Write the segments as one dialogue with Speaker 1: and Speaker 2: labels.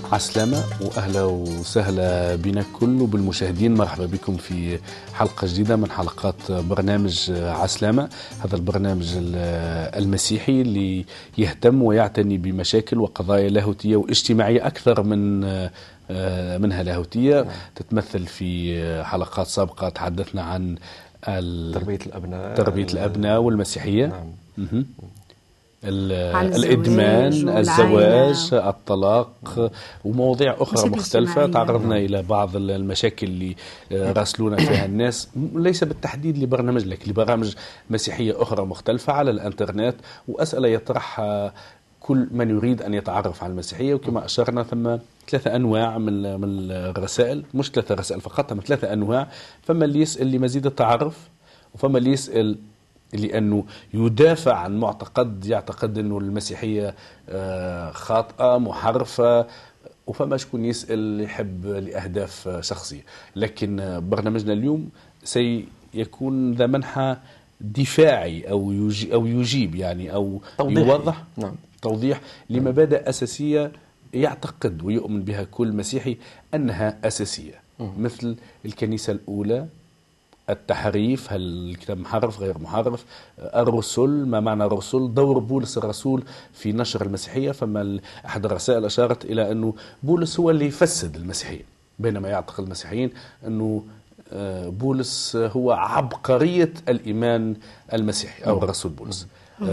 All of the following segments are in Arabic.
Speaker 1: عسلامة وأهلا وسهلا بنا كل وبالمشاهدين. مرحبا بكم في حلقة جديدة من حلقات برنامج عسلامة. هذا البرنامج المسيحي اللي يهتم ويعتني بمشاكل وقضايا لاهوتية واجتماعية أكثر منها لاهوتية. تتمثل في حلقات سابقة تحدثنا عن تربية الأبناء والمسيحية.
Speaker 2: نعم.
Speaker 1: الإدمان، الزواج، الطلاق ومواضيع أخرى مختلفة. تعرضنا إلى بعض المشاكل اللي راسلونا فيها الناس، ليس بالتحديد لبرنامج لكن لبرامج مسيحية أخرى مختلفة على الإنترنت، وأسئلة يطرحها كل من يريد أن يتعرف على المسيحية. وكما أشرنا ثم 3 أنواع من الرسائل، مش 3 رسائل فقط، ثم 3 أنواع. فما اللي يسأل لمزيد التعرف، وفما اللي يسأل لأنه يدافع عن معتقد يعتقد أنه المسيحية خاطئة محرفة، وفما شكون يسأل يحب لأهداف شخصية. لكن برنامجنا اليوم سيكون ذا منحى دفاعي أو يجيب يعني أو يوضح توضيح لمبادئ أساسية يعتقد ويؤمن بها كل مسيحي أنها أساسية، مثل الكنيسة الأولى، التحريف، هل الكتاب محرف غير محرف، الرسل، ما معنى الرسل، دور بولس الرسول في نشر المسيحية. فما أحد الرسائل أشارت إلى أنه بولس هو اللي يفسد المسيحية، بينما يعتقد المسيحيين أنه بولس هو عبقرية الإيمان المسيحي أو الرسول بولس.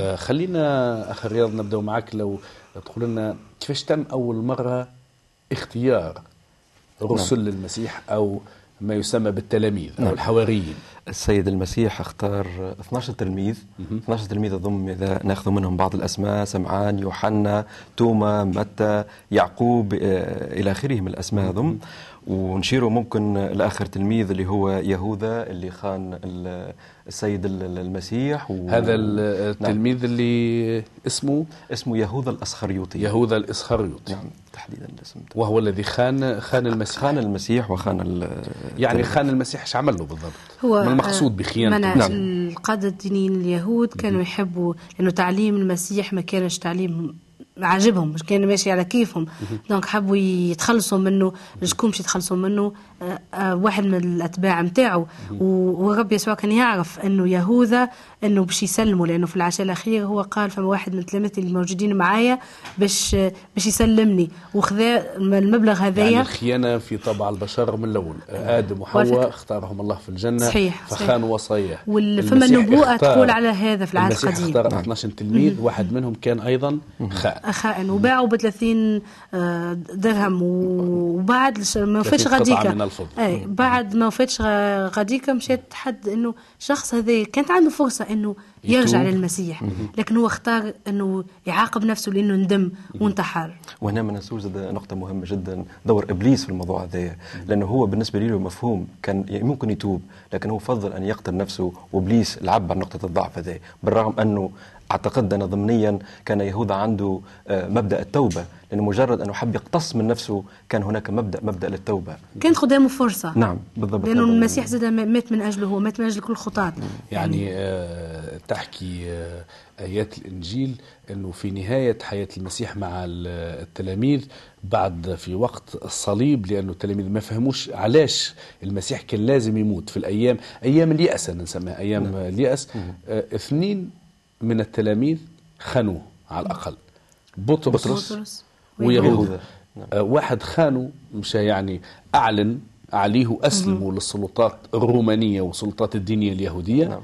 Speaker 1: خلينا أخي رياض نبدأ معك، لو تقول لنا كيفاش تم أول مرة اختيار رسل للمسيح أو ما يسمى بالتلاميذ أو الحواريين؟
Speaker 2: السيد المسيح اختار 12 تلميذ. 12 تلميذ أضم إذا نأخذ منهم بعض الأسماء: سمعان، يوحنا، توما، متى، يعقوب، إلى آخره من الأسماء ضم. ونشيره ممكن لآخر تلميذ اللي هو يهوذا اللي خان السيد المسيح.
Speaker 1: هذا التلميذ اللي اسمه
Speaker 2: يهوذا الأسخريوطي.
Speaker 1: يهوذا الأسخريوطي،
Speaker 2: نعم تحديدا الاسم،
Speaker 1: وهو الذي خان المسيح.
Speaker 2: خان المسيح وخان
Speaker 1: يعني خان المسيح. ايش عمل له بالضبط؟
Speaker 3: هو
Speaker 1: ما المقصود بخيانته؟
Speaker 3: القادة الدينيين اليهود كانوا يحبوا انه تعليم المسيح ما كانش تعليم عاجبهم، مش كان ماشي على كيفهم. دونك حبوا يتخلصوا منه. شكون باش يتخلصوا منه؟ واحد من الاتباع نتاعو. ورب يسوع كان يعرف انه يهوذا انه باش يسلمه، لانه في العشاء الاخير هو قال فما واحد من تلاميذي اللي موجودين معايا باش يسلمني، وخذا المبلغ هذايا.
Speaker 1: يعني الخيانه في طبع البشر من الاول. ادم وحواء اختارهم الله في الجنه،
Speaker 3: صحيح.
Speaker 1: فخانوا وصاياه.
Speaker 3: فما النبوءه تقول على هذا في العهد القديم.
Speaker 1: المسيح اختار 12 تلميذ، واحد منهم كان ايضا
Speaker 3: خائن وباعوا ب30 درهم. وبعد ما فاتش غاديكا، بعد ما فاتش غاديكا مشات حد انه الشخص هذا كانت عنده فرصه انه يرجع للمسيح، لكن هو اختار انه يعاقب نفسه لانه ندم وانتحر.
Speaker 2: وهنا ما ننسوش نقطه مهمه جدا، دور ابليس في الموضوع هذا، لانه هو بالنسبه له مفهوم كان ممكن يتوب، لكن هو فضل ان يقتل نفسه، وابليس لعب على نقطه الضعف هذه. بالرغم انه اعتقد أن ضمنيا كان يهوذا عنده مبدأ التوبة، لأنه مجرد أنه حب يقتص من نفسه كان هناك مبدأ للتوبة.
Speaker 3: كانت قدامه فرصة.
Speaker 2: نعم بالضبط،
Speaker 3: لأنه المسيح زاد مات من أجله، هو مات من أجل كل خطاة.
Speaker 1: يعني تحكي آيات الإنجيل أنه في نهاية حياة المسيح مع التلاميذ بعد في وقت الصليب، لأنه التلاميذ ما فهموش علاش المسيح كان لازم يموت في أيام اليأس، نسميها أيام اليأس. 2 من التلاميذ خانوه على الأقل، بطرس ويهوذا. واحد خانوا مشى يعني أعلن عليه وأسلموا للسلطات الرومانية والسلطات الدينية اليهودية.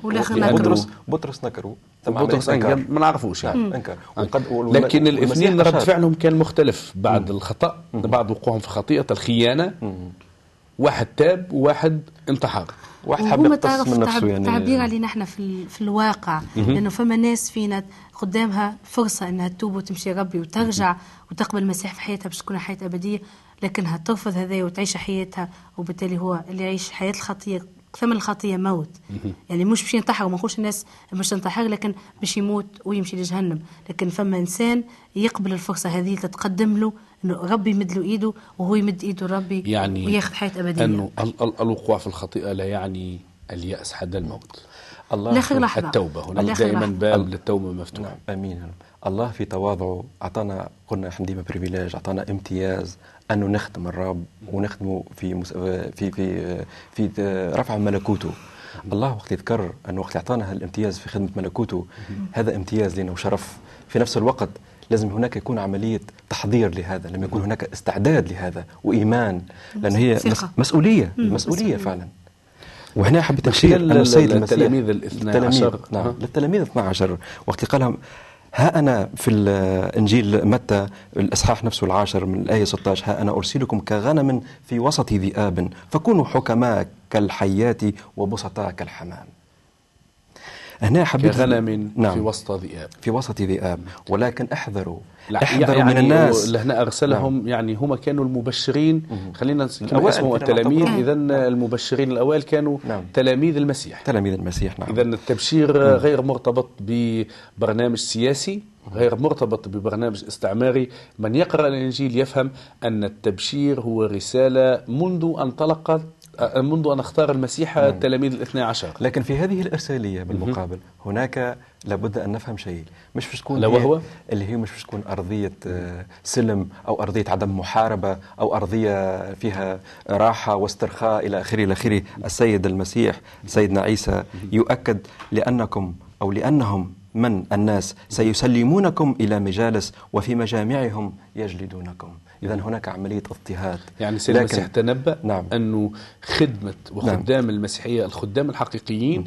Speaker 2: بطرس نكروا،
Speaker 1: بطرس ما نعرفوش يعني.
Speaker 2: أنكر.
Speaker 1: لكن الاثنين رد فعلهم كان مختلف بعد الخطأ، بعد وقوعهم في خطيئة الخيانة. واحد تاب وواحد انتحر.
Speaker 2: واحد حب يقتص من نفسه.
Speaker 3: يعني تعبير علينا احنا في الواقع، لانه فما ناس فينا قدامها فرصه انها تتوب وتمشي ربي وترجع وتقبل المسيح في حياتها باش تكون حياه ابديه، لكنها ترفض هذا وتعيش حياتها، وبالتالي هو اللي يعيش حياه الخطيه. ثمن الخطيه موت. يعني مش باش ينتحر، ما نقولش الناس باش تنتحر، لكن باش يموت ويمشي لجهنم. لكن فما انسان يقبل الفرصه هذه تتقدم له، انه ربي يمد له ايده وهو يمد ايده ربي، يعني وياخذ حياه ابديه.
Speaker 1: انه الوقوع في الخطيئه لا يعني اليأس حد الموت.
Speaker 3: لاخر لحظه
Speaker 1: التوبه، هناك دائما باب للتوبه مفتوح.
Speaker 2: نعم. امين. الله في تواضعه اعطانا، قلنا احنا ديما بريفيليج، اعطانا امتياز انه نخدم الرب ونخدمه في رفع ملكوته. الله وقت يذكر انه وقت اعطانا هالامتياز في خدمه ملكوته، هذا امتياز لنا وشرف. في نفس الوقت لازم هناك يكون عمليه تحضير لهذا، لما يكون هناك استعداد لهذا وايمان، لان هي مسؤوليه فعلا. وهنا حبيت أشير أن السيد المسيح
Speaker 1: للتلاميذ الاثنى عشر،
Speaker 2: نعم للتلاميذ 12، وقت قال لهم ها أنا في الإنجيل متى الإصحاح نفسه 10 من الآية 16، ها أنا أرسلكم كغنم في وسط ذئاب، فكونوا حكماء كالحيات وبسطاء كالحمام. هنا حبيت
Speaker 1: كغنم
Speaker 2: نعم.
Speaker 1: في وسط ذئاب،
Speaker 2: ولكن احذروا
Speaker 1: يعني
Speaker 2: من الناس.
Speaker 1: لهنا أرسلهم
Speaker 2: نعم.
Speaker 1: يعني هم كانوا المبشرين، خلينا اسمهم التلاميذ. إذن المبشرين الأوائل كانوا
Speaker 2: نعم.
Speaker 1: تلاميذ المسيح.
Speaker 2: نعم.
Speaker 1: إذن التبشير غير مرتبط ببرنامج سياسي، غير مرتبط ببرنامج استعماري. من يقرأ الإنجيل يفهم أن التبشير هو رسالة منذ أن اختار المسيح التلاميذ الاثنى عشر.
Speaker 2: لكن في هذه الإرسالية بالمقابل هناك لابد أن نفهم شيء، مش تكون اللي هي مش تكون أرضية سلم أو أرضية عدم محاربة أو أرضية فيها راحة واسترخاء إلى آخره. السيد المسيح سيدنا عيسى يؤكد لأنهم من الناس سيسلمونكم إلى مجالس وفي مجامعهم يجلدونكم. إذن هناك عملية اضطهاد.
Speaker 1: يعني سيد المسيح تنبأ
Speaker 2: نعم.
Speaker 1: أنه خدمة وخدام المسيحية الخدام الحقيقيين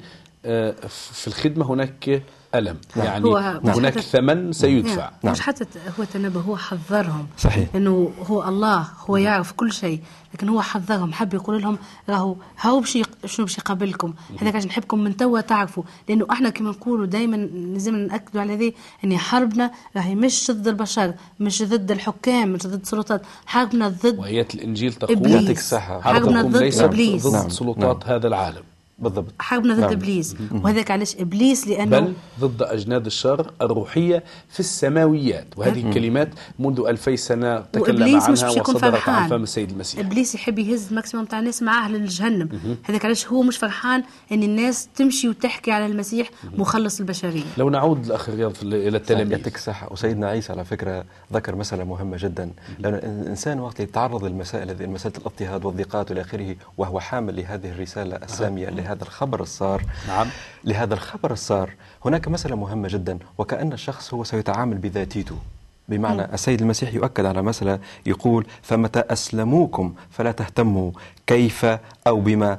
Speaker 1: في الخدمة هناك ألم، يعني هناك ثمن سيدفع.
Speaker 3: مش حتى هو تنبأ، هو حذرهم.
Speaker 2: صحيح.
Speaker 3: إنه هو الله، هو يعرف كل شيء، لكن هو حذرهم، حب يقول لهم راهو شنو باش يقابلكم، هذاك عشان نحبكم من توا تعرفوا. لأنه احنا كما نقولوا دائما لازم نأكدوا على ذي، إن حربنا راهي مش ضد البشر، مش ضد الحكام، مش ضد السلطات، حربنا ضد
Speaker 1: وآيات الإنجيل تقول
Speaker 3: إبليس. حربنا ضد إبليس،
Speaker 1: ضد سلطات هذا العالم.
Speaker 2: بالضبط.
Speaker 3: حربنا ضد إبليس. وهذاك علاش إبليس؟ لأنه
Speaker 1: بل ضد أجناد الشر الروحية في السماويات. وهذه الكلمات منذ 2000 سنة تكلم عنها وصدرت عن فم السيد المسيح.
Speaker 3: إبليس يحب يهز الماكسيموم تاع الناس معاه للجهنم. هذاك علاش هو مش فرحان أن الناس تمشي وتحكي على المسيح مخلص البشرية.
Speaker 1: لو نعود الأخ رياض إلى التلاميذ.
Speaker 2: يعطيك الصحة. وسيدنا عيسى على فكرة ذكر مسألة مهمة جدا، لأن الإنسان وقت يتعرض للمسائل هذه، مسألة الاضطهاد والضيقات والى آخره، وهو حامل لهذه الرسالة السامية لهذا الخبر الصار.
Speaker 1: نعم.
Speaker 2: لهذا الخبر الصار هناك مسألة مهمة جدا، وكأن الشخص هو سيتعامل بذاتيته. بمعنى السيد المسيح يؤكد على مسألة، يقول فمتى أسلموكم فلا تهتموا كيف أو بما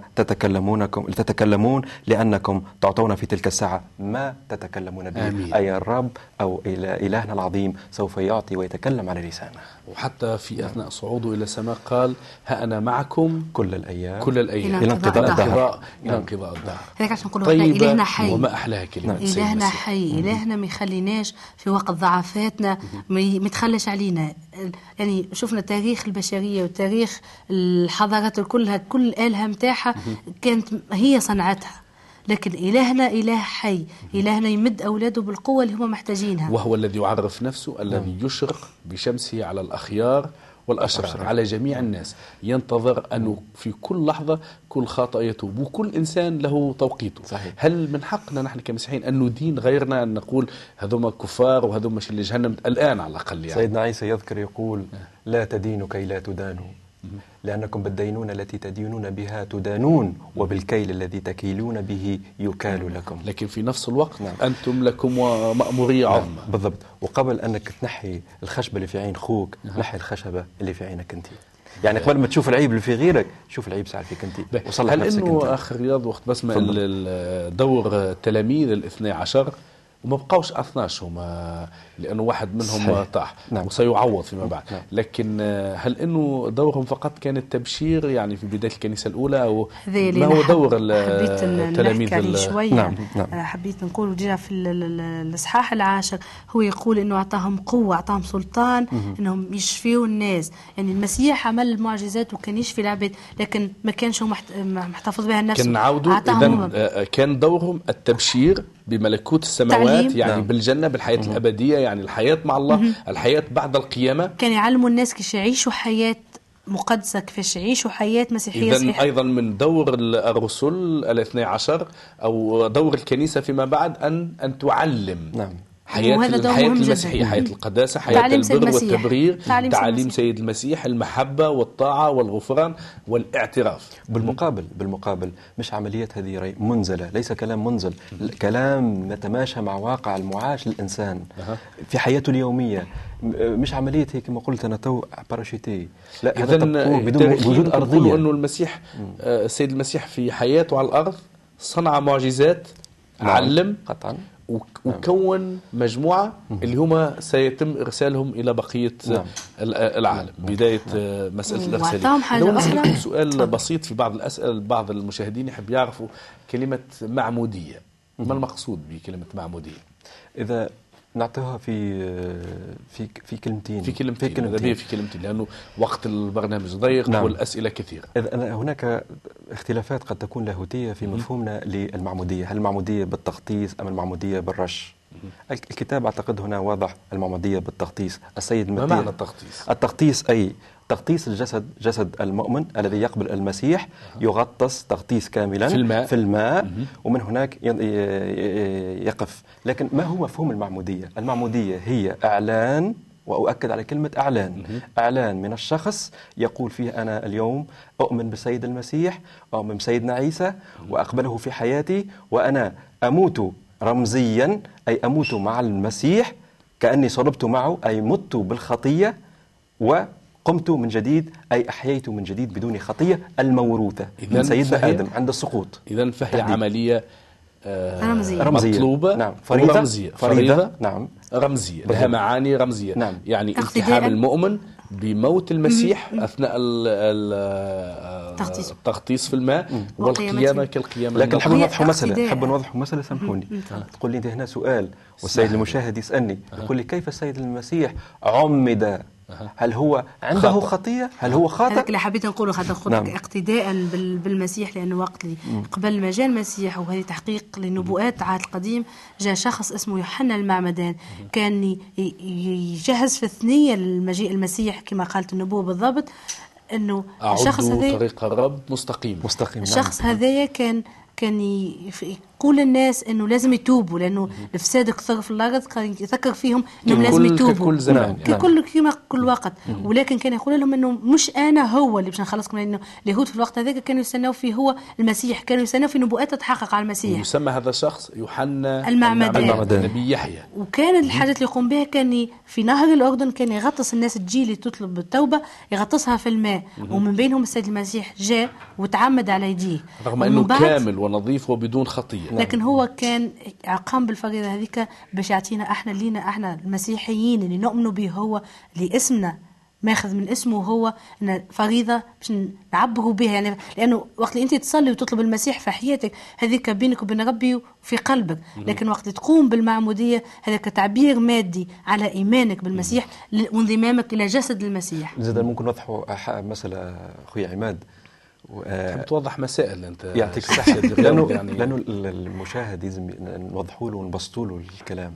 Speaker 2: تتكلمون لأنكم تعطون في تلك الساعة ما تتكلمون به. أي الرب أو إلهنا العظيم سوف يعطي ويتكلم على لسانه.
Speaker 1: وحتى في أثناء صعوده إلى السماء قال ها أنا معكم
Speaker 2: كل الأيام
Speaker 1: إلى انقضاء الدهر.
Speaker 3: هذاك عشان نقولوا
Speaker 1: إلهنا حي. وما أحلاها كلمة
Speaker 3: إلهنا حي. إلهنا ما يخليناش في وقت ضعفاتنا، ما يتخلش علينا. يعني شفنا تاريخ البشرية وتاريخ الحضارات كلها، كل آلهة متاحة كانت هي صنعتها، لكن إلهنا إله حي، إلهنا يمد أولاده بالقوة اللي هم محتاجينها،
Speaker 1: وهو الذي يعرف نفسه الذي يشرق بشمسه على الأخيار والأشرار، على جميع الناس. ينتظر أنه في كل لحظة كل خاطئ يتوب، وكل إنسان له توقيته.
Speaker 2: صحيح.
Speaker 1: هل من حقنا نحن كمسيحيين أن ندين غيرنا، أن نقول هذوما كفار وهذوما مش اللي جهنم الآن على الأقل؟ يعني
Speaker 2: سيدنا عيسى يذكر يقول لا تدينوا كي لا تدانوا، لأنكم بالدينونة التي تدينون بها تدانون، وبالكيل الذي تكيلون به يكال لكم.
Speaker 1: لكن في نفس الوقت أنتم لكم مأمورية عظمى.
Speaker 2: بالضبط. وقبل أنك تنحي الخشبة اللي في عين خوك، نحي الخشبة اللي في عينك أنت. يعني قبل ما تشوف العيب اللي في غيرك، شوف العيب ساعة فيك أنت وصلح
Speaker 1: هل
Speaker 2: نفسك
Speaker 1: إنه
Speaker 2: أنت.
Speaker 1: أخ رياض وقت بسمع دور التلاميذ الاثني عشر وما بقاوش 12 هما، لأنه واحد منهم طاح وسيعوض فيما بعد. لكن هل إنه دورهم فقط كان التبشير يعني في بداية الكنيسة الأولى، أو ما هو دور التلاميذ
Speaker 3: شوية؟ حبيت نقول جاء في الإصحاح 10 هو يقول إنه أعطاهم قوة، أعطاهم سلطان إنهم يشفيوا الناس. يعني المسيح عمل المعجزات وكان يشفي العباد، لكن ما كانش هو محتفظ بها النفس.
Speaker 1: كان نعودوا إذن كان دورهم التبشير بملكوت السماوات، يعني بالجنة، بالحياة الأبدية، يعني الحياة مع الله، الحياة بعد القيامة.
Speaker 3: كان يعلموا الناس كيش يعيشوا حياة مقدسة، كيفاش يعيشوا حياة مسيحية
Speaker 1: إذن
Speaker 3: صحيحة.
Speaker 1: أيضا من دور الرسل 12 أو دور الكنيسة فيما بعد أن تعلم
Speaker 2: نعم
Speaker 1: حياة المسيحية، حياة القداسة، حياة البر والتبرير، تعليم سيد المسيح، المحبة والطاعة والغفران والاعتراف.
Speaker 2: بالمقابل مش عمليات هذه منزلة، ليس كلام منزل، كلام يتماشى مع واقع المعاش للإنسان في حياته اليومية، مش عملية هيك كما قلت أنا تو باراشوتي، لا هذا تطور بدون وجود أرضية.
Speaker 1: أنه المسيح السيد المسيح في حياته على الأرض صنع معجزات، علم
Speaker 2: قطعا،
Speaker 1: وكون مجموعة اللي هم سيتم إرسالهم إلى بقية العالم. بداية مسألة الإرسالية. لو نسألكم سؤال بسيط في بعض الأسئلة، بعض المشاهدين يحب يعرفوا كلمة معمودية، ما المقصود بكلمة معمودية؟
Speaker 2: إذا نعطيها في كلمتين
Speaker 1: لأنه وقت البرنامج ضيق والأسئلة كثيرة.
Speaker 2: هناك اختلافات قد تكون لاهوتية في مفهومنا للمعمودية، هل المعمودية بالتغطيس أم المعمودية بالرش؟ الكتاب أعتقد هنا واضح، المعمودية بالتغطيس. السيد
Speaker 1: ما معنى التغطيس؟
Speaker 2: التغطيس أي تغطيس الجسد، جسد المؤمن الذي يقبل المسيح يغطس تغطيس كاملا في الماء ومن هناك يقف. لكن ما هو مفهوم المعمودية؟ المعمودية هي إعلان، وأؤكد على كلمة إعلان من الشخص يقول فيه أنا اليوم أؤمن بالسيد المسيح، أؤمن بسيدنا عيسى وأقبله في حياتي، وأنا أموت رمزيا أي أموت مع المسيح كأني صلبت معه، أي مت بالخطية وقمت من جديد، أي أحييت من جديد بدون خطية الموروثة من سيدنا آدم عند السقوط.
Speaker 1: إذن فهي عملية
Speaker 3: رمزية
Speaker 1: مطلوبة،
Speaker 2: نعم.
Speaker 1: فريضة
Speaker 2: نعم.
Speaker 1: رمزية، لها معاني رمزية.
Speaker 2: نعم.
Speaker 1: يعني التحام المؤمن بموت المسيح أثناء التغطيس في الماء والقيامة كالقيامة.
Speaker 2: لكن حب نوضح مسألة سامحوني. تقول لي أنت هنا سؤال والسيد المشاهد يسألني يقول لي كيف السيد المسيح عمد؟ هل هو عنده خطية؟ هل هو خاطئ؟
Speaker 3: هذاك اللي حبيت نقوله، نعم. اقتداء بالمسيح، لأنه وقت اللي قبل ما جاء المسيح وهذه تحقيق للنبوءات العهد القديم، جاء شخص اسمه يوحنا المعمدان كان يجهز في الثنية للمجيء المسيح كما قالت النبوة بالضبط، أنه
Speaker 1: الشخص هذا طريق الرب مستقيم.
Speaker 3: الشخص هذا كان يقول للناس انه لازم يتوبوا، لانه الفساد كثر في الارض، كان يذكر فيهم انهم لازم يتوبوا
Speaker 1: كل زمان
Speaker 3: كل وقت. ولكن كان يقول لهم انه مش انا هو اللي باش نخلصكم، لانه اليهود في الوقت هذاك كانوا يستناوا فيه هو المسيح، كانوا يستناوا في نبوءات تتحقق على المسيح.
Speaker 1: يسمى هذا الشخص يوحنا
Speaker 3: المعمدان،
Speaker 1: نبي يحيى.
Speaker 3: وكان الحاجات اللي يقوم بها كان في نهر الاردن كان يغطس الناس تجي اللي تطلب بالتوبه، يغطسها في الماء، ومن بينهم السيد المسيح جاء وتعمد على يديه
Speaker 1: رغم انه كامل ونظيف وبدون خطيه.
Speaker 3: لكن هو كان قام بالفريضه هذيك باش يعطينا احنا المسيحيين اللي نؤمنوا به، هو اللي اسمنا ماخذ من اسمه، هو ان فريضه باش نعبروا بها. يعني لانه وقت اللي انت تصلي وتطلب المسيح في حياتك هذيك بينك وبين ربي وفي قلبك، لكن وقت تقوم بالمعموديه هذاك تعبير مادي على ايمانك بالمسيح وانضمامك الى جسد المسيح.
Speaker 2: زاد ممكن نوضحوا مساله اخويا عماد،
Speaker 1: توضح مسائل انت
Speaker 2: يعطيك الصحه. لانه المشاهد لازم نوضحوا له ونبسطوا له الكلام.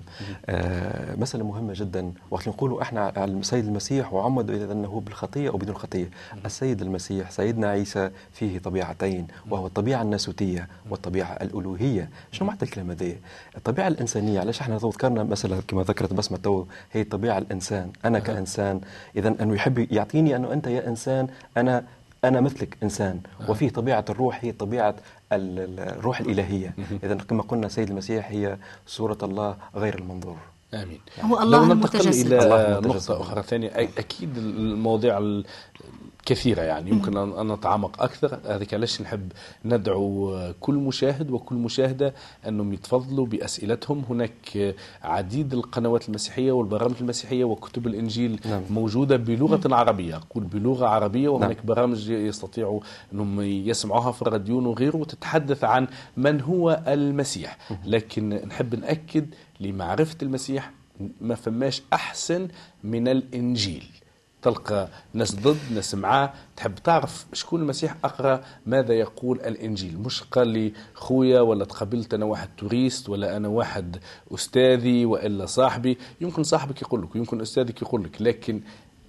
Speaker 2: مساله مهمه جدا. وقت نقولوا احنا على السيد المسيح وعمد اذا انه بالخطيه او بدون خطيه. السيد المسيح سيدنا عيسى فيه طبيعتين، وهو الطبيعه الناسوتيه والطبيعه الالوهيه. شنو معنى الكلمه هذه؟ الطبيعه الانسانيه، علاش احنا ذكرنا مثلا كما ذكرت بسمه تو، هي الطبيعه الانسان، انا كانسان، اذا انه يحب يعطيني انه انت يا انسان أنا مثلك إنسان، وفيه طبيعة الروح، هي طبيعة الروح الإلهية. إذا كما قلنا سيد المسيح هي صورة الله غير المنظور.
Speaker 1: آمين.
Speaker 3: هو الله
Speaker 1: المتجسد. إلى نقطة أخرى ثانية، أكيد المواضيع كثيرة يعني يمكن أن نتعمق أكثر. هذيك علاش نحب ندعو كل مشاهد وكل مشاهدة أنهم يتفضلوا بأسئلتهم. هناك عديد القنوات المسيحية والبرامج المسيحية وكتب الإنجيل موجودة بلغة عربية، أقول بلغة عربية، وهناك برامج يستطيعوا أنهم يسمعوها في الراديون وغيره وتتحدث عن من هو المسيح. لكن نحب نأكد لمعرفة المسيح ما فماش أحسن من الإنجيل. تلقى ناس ضد، ناس معاه، تحب تعرف شكون المسيح، أقرأ ماذا يقول الإنجيل. مش قال لي خويا ولا تقابلت أنا واحد توريست ولا أنا واحد أستاذي وإلا صاحبي. يمكن صاحبك يقول لك، يمكن أستاذك يقول لك، لكن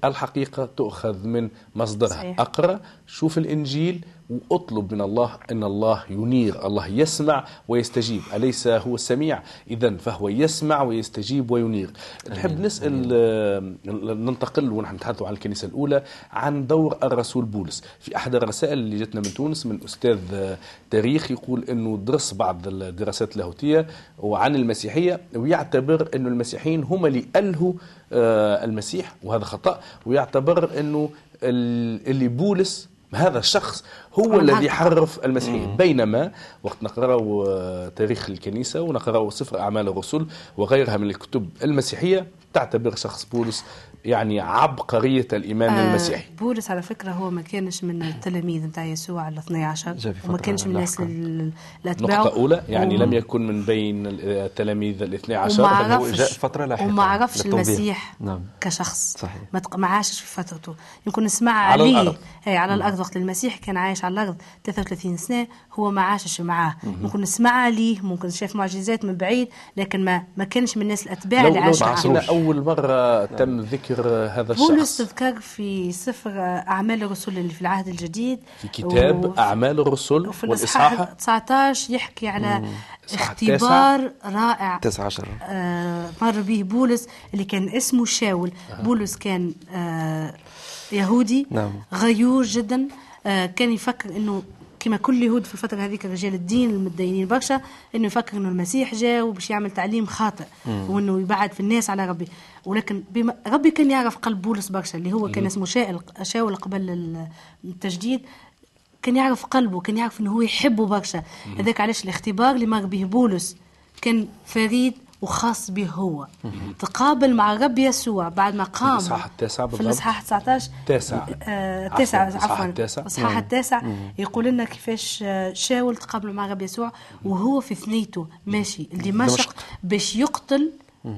Speaker 1: الحقيقة تؤخذ من مصدرها.
Speaker 3: صحيح.
Speaker 1: أقرأ، شوف الإنجيل وأطلب من الله أن الله ينير، الله يسمع ويستجيب، أليس هو السميع؟ إذن فهو يسمع ويستجيب وينير. نحب نسأل، ننتقل ونحن نتحدث عن الكنيسة الأولى عن دور الرسول بولس. في أحد الرسائل اللي جتنا من تونس من أستاذ تاريخ يقول أنه درس بعض الدراسات اللاهوتية وعن المسيحية، ويعتبر أنه المسيحيين هم اللي ألهوا المسيح، وهذا خطأ، ويعتبر أنه اللي بولس هذا الشخص هو الذي حرف المسيحية. بينما وقت نقرأ تاريخ الكنيسة ونقرأ سفر أعمال الرسل وغيرها من الكتب المسيحية تعتبر شخص بولس يعني عبقرية الإيمان المسيحي.
Speaker 3: بولس على فكرة هو ما كانش من التلاميذ نتاع يسوع ال 12، وما كانش من الناس الأتباع.
Speaker 1: نقطة أولى يعني لم يكن من بين التلاميذ ال 12،
Speaker 2: هو جاء فترة لاحقة
Speaker 3: وما عرفش المسيح كشخص. ما عاشش في فترته. يمكن نسمع
Speaker 1: على الأرض.
Speaker 3: على الأرض وقت المسيح كان عايش على الأرض 33 سنة، هو ما عاشش معاه. ممكن نسمع عليه، ممكن شاف معجزات من بعيد، لكن ما كانش من الناس الأتباع اللي عاش معاه.
Speaker 1: أول مرة تم ذكر هذا الشخص
Speaker 3: بولس تذكر في سفر أعمال الرسل اللي في العهد الجديد،
Speaker 1: في كتاب أعمال الرسل
Speaker 3: والإصحاح 19 يحكي على اختبار رائع
Speaker 2: 19
Speaker 3: مر به بولس اللي كان اسمه شاول. بولس كان يهودي غيور جدا، كان يفكر انه كما كل يهود في الفترة هذيك رجال الدين المتدينين برشا، انه يفكر انه المسيح جاء وباش يعمل تعليم خاطئ وانه يبعد في الناس على ربي. ولكن ربي كان يعرف قلب بولس برشا، اللي هو كان اسمه شاول قبل التجديد، كان يعرف قلبه، كان يعرف انه هو يحبه برشا. هذاك علاش الاختبار اللي مر به بولس كان فريد وخاص به هو. تقابل مع الرب يسوع بعد ما قام في الإصحاح 19 الإصحاح التاسع يقول لنا كيفاش شاول تقابل مع الرب يسوع وهو في ثنيته ماشي لدمشق باش يقتل،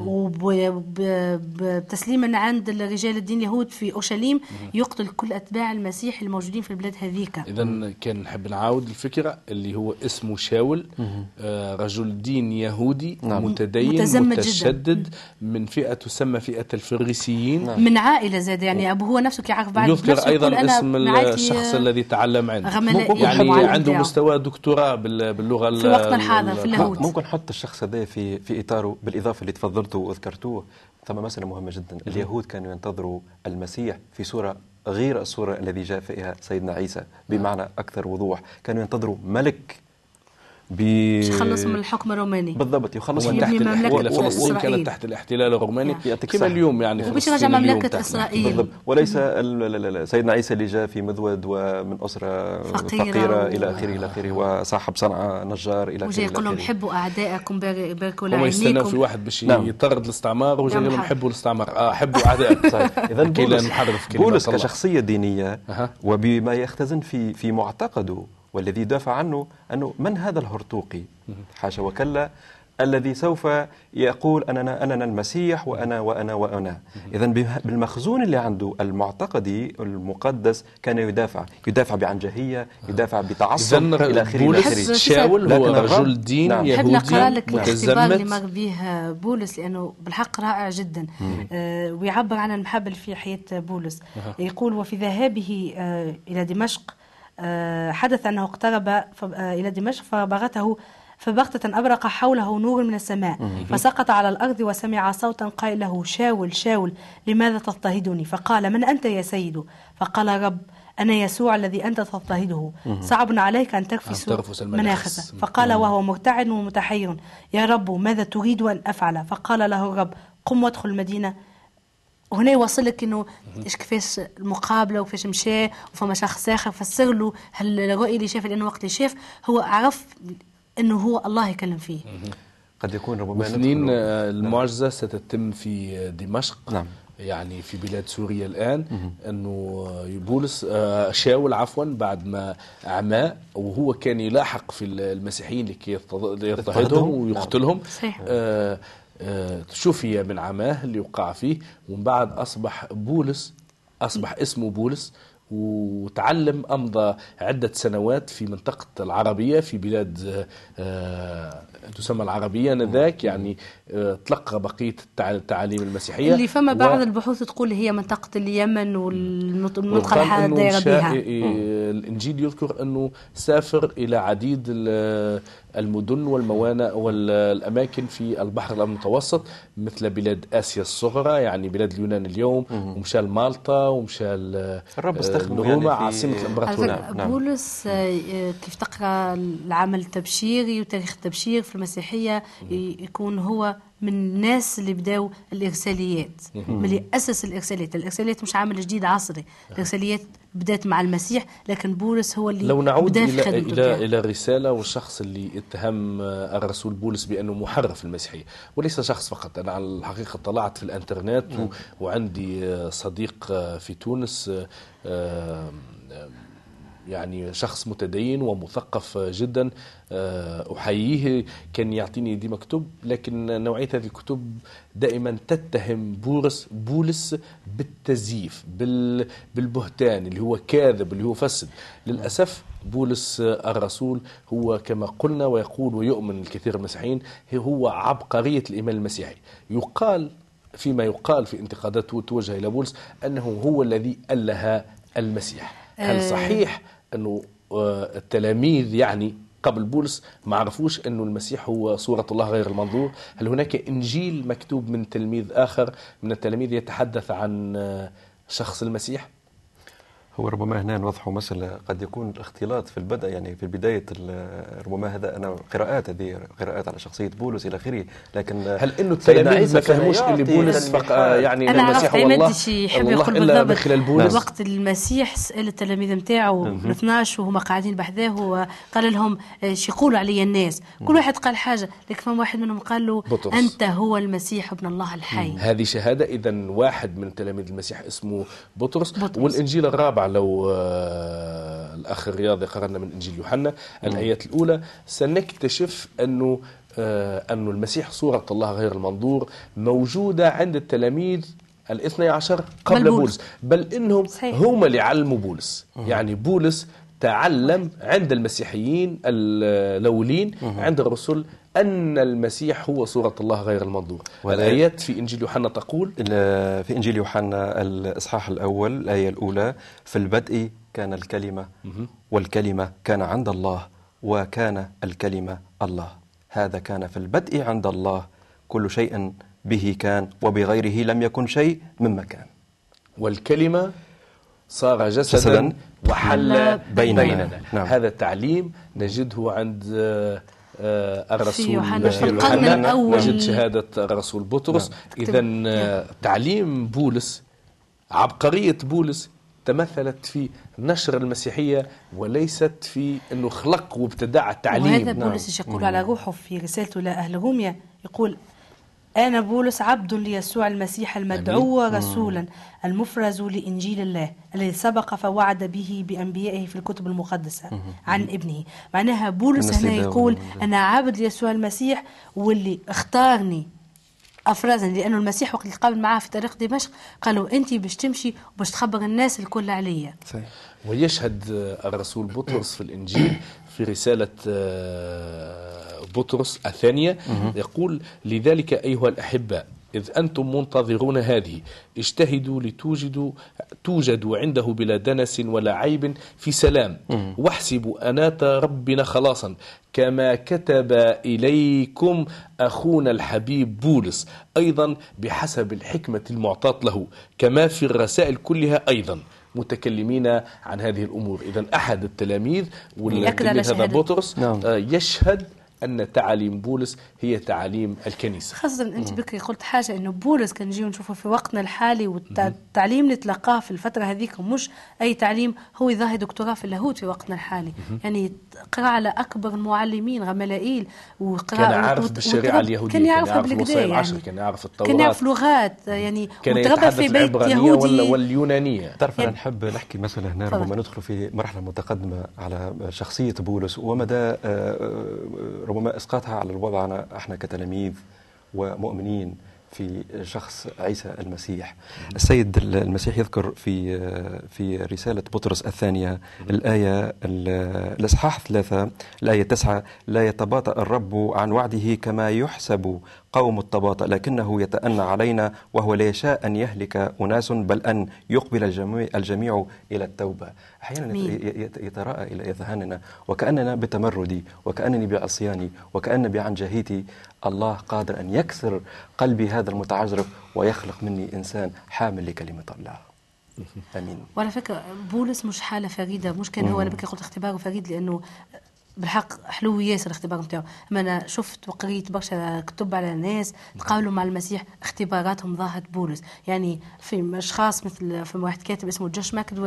Speaker 3: وبتسليما عند الرجال الدين اليهود في أورشليم يقتل كل أتباع المسيح الموجودين في البلاد هذيك.
Speaker 1: إذن كان نحب نعاود الفكرة اللي هو اسمه شاول، رجل دين يهودي متدين متشدد من فئة تسمى فئة الفريسيين،
Speaker 3: من عائلة زاد يعني أبوه هو نفسه كيعرف بعد
Speaker 1: يذكر أيضا اسم الشخص الذي تعلم عنه، يعني عنده مستوى دكتوراه باللغة
Speaker 3: في الوقت الحاضر في اللاهوت.
Speaker 2: ممكن نحط الشخص هذا في إطاره بالإضافة اللي تفضلته وذكرتوه. ثم مسألة مهمة جدا، اليهود كانوا ينتظروا المسيح في صورة غير الصورة الذي جاء فيها سيدنا عيسى، بمعنى أكثر وضوح. كانوا ينتظروا ملك
Speaker 3: يخلصهم من الحكم الروماني
Speaker 2: بالضبط،
Speaker 1: يخلصهم تحت فلسطين كانت تحت الاحتلال الروماني كما اليوم يعني
Speaker 3: فلسطين مملكة إسرائيل
Speaker 2: بالضبط. وليس سيدنا عيسى اللي جاء في مذود ومن أسرة فقيرة إلى آخره وصاحب صنعة نجار إلى آخره،
Speaker 3: وجاي يقول لهم حبوا أعدائكم باركوا لعينيكم.
Speaker 1: هم يستنوا في واحد باش يطرد الاستعمار وجاي لهم حبوا الاستعمار، حبوا أعدائكم.
Speaker 2: إذن بولس كشخصية دينية وبما يختزن في معتقده والذي دافع عنه أنه من هذا الهرطوقي حاشا وكلا الذي سوف يقول أننا المسيح وأنا. إذن بالمخزون اللي عنده المعتقدي المقدس كان يدافع بعنجهية، يدافع بتعصب إلى آخره.
Speaker 1: شاول هو رجل دين يهودي
Speaker 3: نحب نقرأ لك الاختبار اللي مر به بولس لأنه بالحق رائع جدا ويعبر عن المحبة في حياة بولس. يقول وفي ذهابه إلى دمشق حدث أنه اقترب إلى دمشق فبغتة أبرق حوله نور من السماء فسقط على الأرض وسمع صوتا قائل له شاول شاول لماذا تضطهدني؟ فقال من أنت يا سيد؟ فقال رب أنا يسوع الذي أنت تضطهده، صعب عليك أن ترفس مناخس. فقال وهو مرتعد ومتحير يا رب ماذا تريد أن أفعل؟ فقال له الرب قم وادخل المدينة. وهنا يوصلك انه ايش كيفاش المقابله وكيفاش مشى وفما شخص اخر فسر له الرؤيه اللي شاف، لانه وقت اللي شاف هو عرف انه هو الله يكلم فيه.
Speaker 2: قد يكون ربما
Speaker 1: اثنين المعجزه ستتم في دمشق يعني في بلاد سوريا الآن، أنه بولس شاول بعد ما أعمى وهو كان يلاحق في المسيحيين لكي يضطهدهم ويقتلهم، شفي من عماه اللي وقع فيه، ومن بعد أصبح اسمه بولس، وتعلم أمضى عدة سنوات في منطقة العربية في بلاد تسمى العربية ذاك، يعني تلقى بقية التعاليم المسيحية
Speaker 3: اللي فما بعض البحوث تقول هي منطقة اليمن والمنطقة اللي دايرة بها.
Speaker 1: الإنجيل يذكر أنه سافر إلى عديد المدن والموانئ والأماكن في البحر المتوسط، مثل بلاد آسيا الصغرى، يعني بلاد اليونان اليوم، ومشى مالطا، ومشى
Speaker 2: الرب استخدمه
Speaker 1: روما
Speaker 2: يعني
Speaker 1: عاصمة الإمبراطورية.
Speaker 3: بولس كيف تقرأ العمل التبشيري وتاريخ التبشير في المسيحية يكون هو من الناس اللي بداوا الإرساليات، من اللي أسس الإرساليات مش عمل جديد عصري، الإرساليات بدأت مع المسيح، لكن بولس هو اللي
Speaker 1: لو نعود
Speaker 3: بدأ في خدمته.
Speaker 1: إلى الرسالة والشخص اللي اتهم الرسول بولس بأنه محرف المسيحية، وليس شخص فقط. أنا على الحقيقة طلعت في الانترنت وعندي صديق في تونس يعني شخص متدين ومثقف جدا، أحييه، كان يعطيني دي مكتوب، لكن نوعية هذه الكتب دائما تتهم بولس بالتزييف، بالبهتان، اللي هو كاذب، اللي هو فسد. للأسف بولس الرسول هو كما قلنا ويقول ويؤمن الكثير من المسيحيين هو عبقرية الإيمان المسيحي. فيما يقال في انتقادات توجه إلى بولس أنه هو الذي أله المسيح. هل صحيح أنه التلاميذ يعني قبل بولس ما عرفوش أنه المسيح هو صورة الله غير المنظور؟ هل هناك إنجيل مكتوب من تلميذ آخر من التلاميذ يتحدث عن شخص المسيح؟
Speaker 2: هو ربما هنا نوضحوا مسألة، قد يكون الاختلاط في البدء، يعني في بداية ربما هذا أنا قراءات على شخصية بولس إلى آخره، لكن
Speaker 1: هل إنه التلاميذ ما فهموش اللي بولس يعني
Speaker 3: أنا
Speaker 1: المسيح
Speaker 3: هو الله
Speaker 1: يحب يقول بالضبط من خلال بولس؟
Speaker 3: وقت المسيح سأل التلاميذ نتاعو 12 وهم قاعدين بحذاه وقال لهم ايش يقولوا علي الناس، كل واحد قال حاجة، لكن واحد منهم قال له بطرس. أنت هو المسيح ابن الله الحي.
Speaker 1: هذه شهادة. إذن واحد من تلاميذ المسيح اسمه بطرس. والإنجيل الرابع لو الأخ الرياض يقرأنا من إنجيل يوحنا الآيات الأولى سنكتشف أنه المسيح صورة الله غير المنظور موجودة عند التلاميذ 12 قبل بولس، بل إنهم هم اللي علموا بولس. يعني بولس تعلم عند المسيحيين الأولين عند الرسل أن المسيح هو صورة الله غير المنظور. الآيات في إنجيل يوحنا تقول،
Speaker 2: في إنجيل يوحنا الإصحاح الأول الآية الأولى: في البدء كان الكلمة والكلمة كان عند الله وكان الكلمة الله، هذا كان في البدء عند الله، كل شيء به كان وبغيره لم يكن شيء مما كان،
Speaker 1: والكلمة صار جسدا وحل بيننا. نعم. هذا التعليم نجده عند الرسول يوحنا، نجد شهادة الرسول بطرس. إذن تعليم بولس، عبقرية بولس تمثلت في نشر المسيحية وليست في أنه خلق وابتدع التعليم.
Speaker 3: وهذا بولس يقول على روحه في رسالته لأهل روميا، يقول: أنا بولس عبد ليسوع المسيح المدعو رسولا المفرز لإنجيل الله الذي سبق فوعد به بأنبيائه في الكتب المقدسة عن ابنه. معناها بولس هنا يقول أنا عبد ليسوع المسيح، واللي اختارني أفرزني، لأنه المسيح وقت اللي قابل معاه في طريق دمشق قالوا أنت باش تمشي وباش تخبر الناس الكل عليا.
Speaker 1: ويشهد الرسول بطرس في الإنجيل في رسالة بطرس الثانية يقول: لذلك أيها الأحباء إذ أنتم منتظرون هذه اجتهدوا توجدوا عنده بلا دنس ولا عيب في سلام، واحسبوا أنات ربنا خلاصا كما كتب إليكم أخونا الحبيب بولس أيضا بحسب الحكمة المعطاة له، كما في الرسائل كلها أيضا متكلمين عن هذه الأمور. إذن أحد التلاميذ والتلميذ هذا بطرس يشهد أن تعاليم بولس هي تعاليم الكنيسة.
Speaker 3: خاصة أنت بكري قلت حاجة أنه بولس كان نجي نشوفه في وقتنا الحالي، والتعليم اللي تلقاه في الفترة هذيك مش أي تعليم. هو يظاهر دكتوراه في اللاهوت في وقتنا الحالي، يعني قرأ على أكبر المعلمين غملائيل،
Speaker 1: كان عارف بالشريعة اليهودية،
Speaker 3: كان يعرف بالكدا،
Speaker 1: يعني كان يعرف التوراة،
Speaker 3: كان يعرف لغات، يعني
Speaker 1: كان يتحدث في بيت يهودي واليونانية.
Speaker 2: تعرف أنا نحب نحكي مثلا هنا ربما ندخل في مرحلة متقدمة على شخصية بولس ومدى ربما إسقاطها على الوضع احنا كتلاميذ ومؤمنين في شخص عيسى المسيح. السيد المسيح يذكر في رسالة بطرس الثانية الآية الإصحاح 3 الآية 9: لا يتباطأ الرب عن وعده كما يحسب قوم التباطأ، لكنه يتأنى علينا وهو لا يشاء أن يهلك أناس بل أن يقبل الجميع إلى التوبة. أحيانا يتراءى إلى أذهاننا وكأننا بتمردي وكأنني بعصياني وكأن بعنجهيتي الله قادر أن يكسر قلبي هذا المتعجرف ويخلق مني إنسان حامل لكلمة الله. امين.
Speaker 3: وعلى فكره بولس مش حاله فريده، مش كان هو انا بكي قلت اختباره فريد، لانه بالحق حلو ياسر الاختبار نتاعو. اما انا شفت وقريت برشا كتب على ناس تقابلوا مع المسيح اختباراتهم ظاهرت بولس. يعني في اشخاص مثل في واحد كاتب اسمه جوش ماكدويل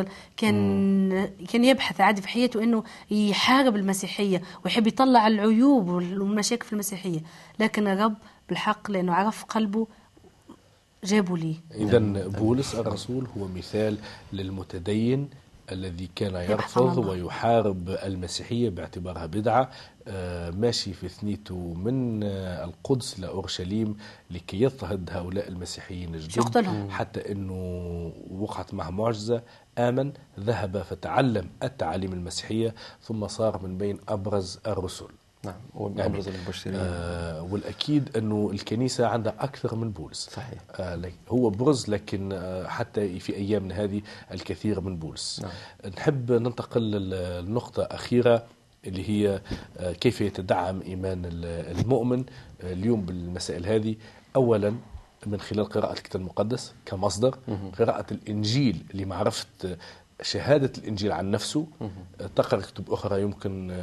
Speaker 3: كان يبحث عادي في حياته انه يحارب المسيحيه ويحب يطلع العيوب والمشاكل في المسيحيه، لكن الرب بالحق لانه عرف قلبه جابوا لي.
Speaker 1: إذا بولس الرسول هو مثال للمتدين الذي كان يرفض ويحارب المسيحية باعتبارها بدعة، ماشي في ثنيته من القدس لأورشليم لكي يضطهد هؤلاء المسيحيين الجدد، حتى أنه وقعت معه معجزة، آمن، ذهب فتعلم التعاليم المسيحية ثم صار من بين أبرز الرسل.
Speaker 2: نعم، وأبرز المبشرين.
Speaker 1: والأكيد أنه الكنيسة عندها أكثر من بولس.
Speaker 2: صحيح.
Speaker 1: هو برز، لكن حتى في أيامنا هذه الكثير من بولس. نعم. نحب ننتقل للنقطة أخيرة اللي هي كيف يتدعم إيمان المؤمن اليوم بالمسائل هذه. أولا من خلال قراءة الكتاب المقدس كمصدر، قراءة الإنجيل لمعرفة شهادة الإنجيل عن نفسه، تقرأ كتب أخرى يمكن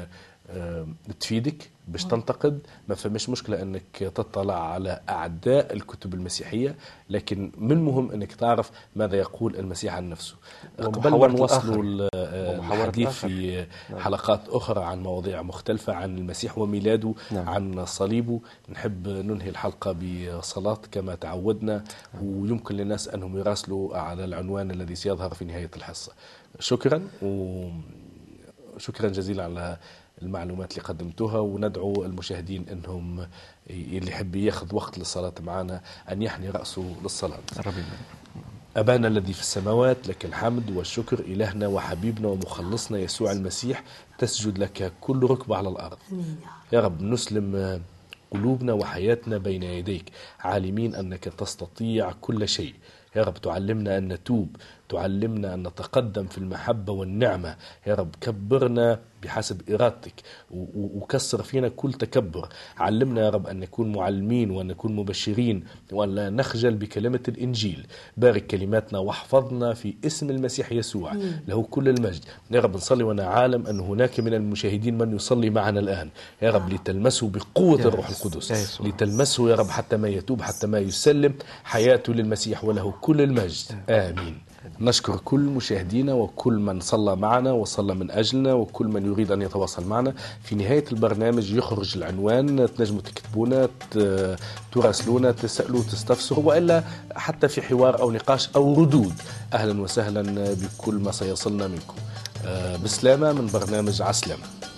Speaker 1: تفيدك باش تنتقد. ما فماش مشكلة انك تطلع على اعداء الكتب المسيحية، لكن من المهم انك تعرف ماذا يقول المسيح عن نفسه. قبل ما نوصلوا الحديث في حلقات اخرى عن مواضيع مختلفة عن المسيح وميلاده، عن صليبه، نحب ننهي الحلقة بصلاة كما تعودنا، ويمكن للناس انهم يراسلوا على العنوان الذي سيظهر في نهاية الحصة. شكرا، وشكرا جزيلا على المعلومات اللي قدمتوها، وندعو المشاهدين انهم اللي يحب ياخذ وقت للصلاة معنا ان يحني رأسه للصلاة. أبانا الذي في السماوات، لك الحمد والشكر، إلهنا وحبيبنا ومخلصنا يسوع المسيح، تسجد لك كل ركبة على الأرض. يا رب نسلم قلوبنا وحياتنا بين يديك، عالمين أنك تستطيع كل شيء. يا رب تعلمنا أن نتوب، تعلمنا أن نتقدم في المحبة والنعمة. يا رب كبرنا بحسب إرادتك وكسر فينا كل تكبر. علمنا يا رب أن نكون معلمين وأن نكون مبشرين وأن لا نخجل بكلمة الإنجيل. بارك كلماتنا واحفظنا في اسم المسيح يسوع، له كل المجد. يا رب نصلي وأنا عالم أن هناك من المشاهدين من يصلي معنا الآن. يا رب لتلمسه بقوة الروح القدس، لتلمسه يا رب حتى ما يتوب، حتى ما يسلم حياته للمسيح، وله كل المجد. آمين. نشكر كل مشاهدينا وكل من صلى معنا وصلى من أجلنا وكل من يريد أن يتواصل معنا. في نهاية البرنامج يخرج العنوان، تنجموا تكتبونا، تراسلونا، تسألوا، تستفسروا، وإلا حتى في حوار أو نقاش أو ردود. أهلا وسهلا بكل ما سيصلنا منكم. بسلامة من برنامج عسلامة.